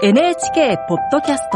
NHK ポッドキャスト。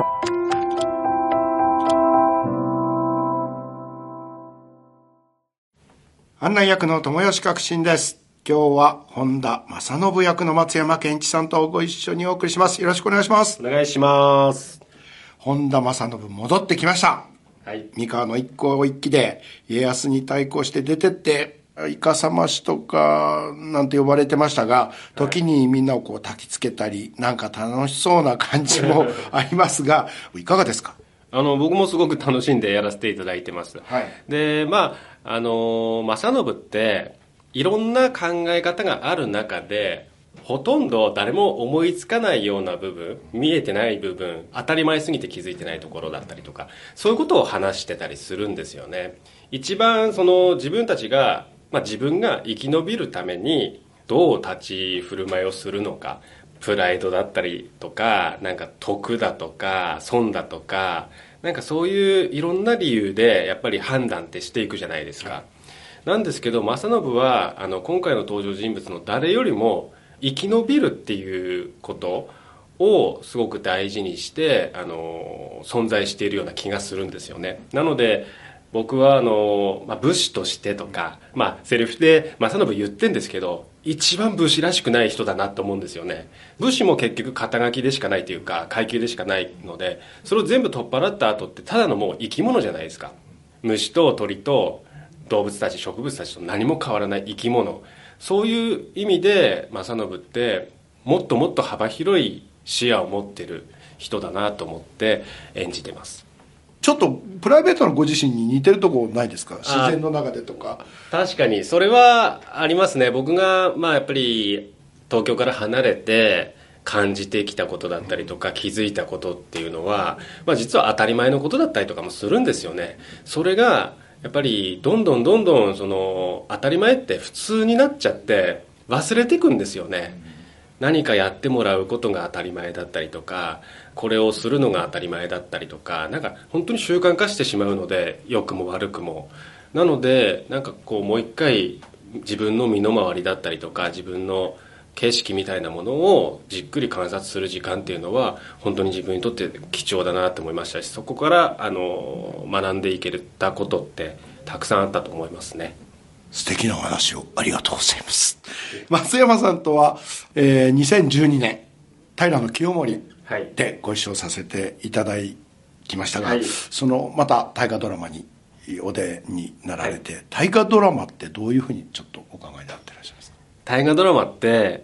案内役の友吉革新です。今日は本田正信役の松山ケンイチさんとご一緒にお送りします。よろしくお願いします。 お願いします。 本田正信戻ってきました。 はい。 三河の一向一揆で家康に対抗して出てってイカサマ師とかなんて呼ばれてましたが、時にみんなをこう焚きつけたりなんか楽しそうな感じもありますがいかがですか？ 僕もすごく楽しんでやらせていただいてます。 はい。 で、正信っていろんな考え方がある中で、ほとんど誰も思いつかないような部分、見えてない部分、当たり前すぎて気づいてないところだったりとか、そういうことを話してたりするんですよね。一番自分たちが、自分が生き延びるためにどう立ち振る舞いをするのか、プライドだったりとか、なんか得だとか損だとか、なんかそういういろんな理由でやっぱり判断ってしていくじゃないですか。なんですけど正信は今回の登場人物の誰よりも生き延びるっていうことをすごく大事にして存在しているような気がするんですよね。なので僕は武士としてとか、セリフで正信言ってんですけど、一番武士らしくない人だなと思うんですよね。武士も結局肩書きでしかないというか階級でしかないので、それを全部取っ払った後ってただのもう生き物じゃないですか。虫と鳥と動物たち植物たちと何も変わらない生き物。そういう意味で正信ってもっともっと幅広い視野を持ってる人だなと思って演じてます。 ちょっとプライベートのご自身に似てるところないですか？自然の中でとか。 確かにそれはありますね。僕がやっぱり東京から離れて感じてきたことだったりとか気づいたことっていうのは、実は当たり前のことだったりとかもするんですよね。それがやっぱりどんどん当たり前って普通になっちゃって忘れていくんですよね。何かやってもらうことが当たり前だったりとか、これをするのが当たり前だったりとか、なんか本当に習慣化してしまうので、良くも悪くも。なのでなんかもう一回自分の身の回りだったりとか自分の景色みたいなものをじっくり観察する時間っていうのは本当に自分にとって貴重だなと思いましたし、そこから学んでいけたことってたくさんあったと思いますね。 素敵なお話をありがとうございます。松山さんとは、2012年平清盛でご一緒させていただきましたが、また大河ドラマにお出になられて、大河ドラマってどういうふうにちょっとお考えになってらっしゃいますか？ 大河ドラマって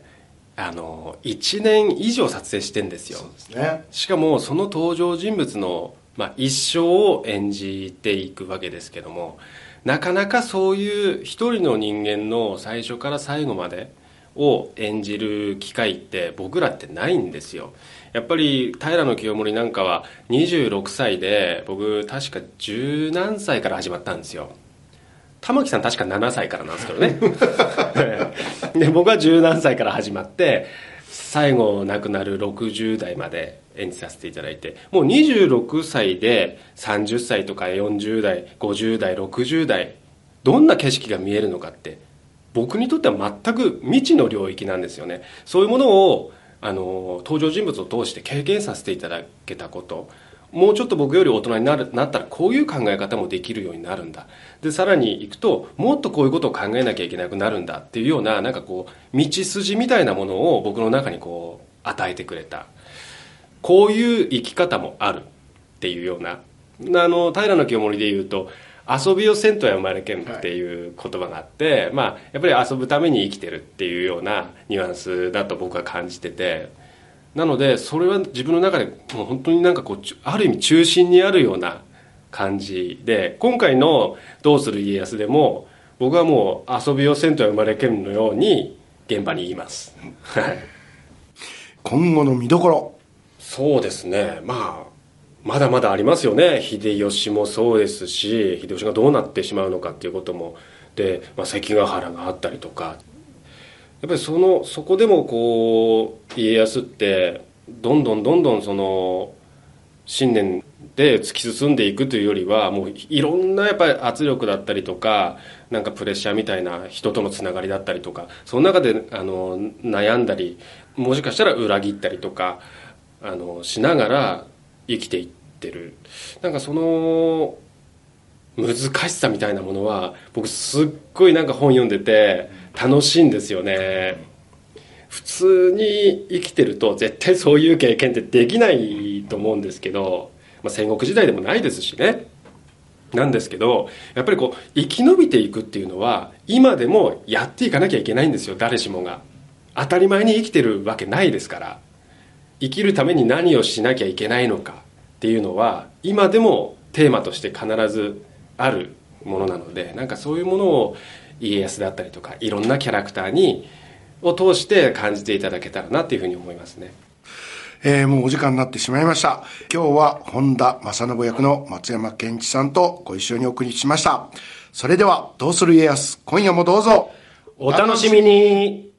1年以上撮影してんですよ。 そうですね。 しかもその登場人物の、一生を演じていくわけですけども、なかなかそういう一人の人間の最初から最後までを演じる機会って僕らってないんですよ。やっぱり平清盛なんかは26歳で、僕確か十何歳から始まったんですよ。玉木さん確か7歳からなんですけどねで僕は十何歳から始まって最後亡くなる60代まで演じさせていただいて、もう26歳で30歳とか40代50代60代どんな景色が見えるのかって僕にとっては全く未知の領域なんですよね。そういうものを登場人物を通して経験させていただけたこと、もうちょっと僕より大人になったらこういう考え方もできるようになるんだ。でさらにいくともっとこういうことを考えなきゃいけなくなるんだっていうような、なんか道筋みたいなものを僕の中に与えてくれた。こういう生き方もあるっていうような、平清盛でいうと遊びをせんとや生まれけんっていう言葉があって、やっぱり遊ぶために生きてるっていうようなニュアンスだと僕は感じてて、なのでそれは自分の中でもう本当になんかある意味中心にあるような感じで、今回の「どうする家康」でも僕はもう遊びをせんとや生まれけんのように現場にいます今後の見どころ。 そうですね、まだまだありますよね。秀吉もそうですし、秀吉がどうなってしまうのかっていうこともで、関ヶ原があったりとか、やっぱりそこでも家康ってどんどんその信念で突き進んでいくというよりは、もういろんなやっぱり圧力だったりとか、なんかプレッシャーみたいな人とのつながりだったりとか、その中で悩んだり、もしかしたら裏切ったりとか、 しながら生きていってる。なんかその難しさみたいなものは僕すっごいなんか本読んでて楽しいんですよね。普通に生きてると絶対そういう経験ってできないと思うんですけど、戦国時代でもないですしね。なんですけど、やっぱりこう生き延びていくっていうのは今でもやっていかなきゃいけないんですよ。誰しもが当たり前に生きてるわけないですから、生きるために何をしなきゃいけないのかっていうのは今でもテーマとして必ずあるものなので、なんかそういうものを家康だったりとかいろんなキャラクターを通して感じていただけたらなっていうふうに思いますね。 もうお時間になってしまいました。今日は本田正信役の松山ケンイチさんとご一緒にお送りしました。それではどうする家康、今夜もどうぞお楽しみに。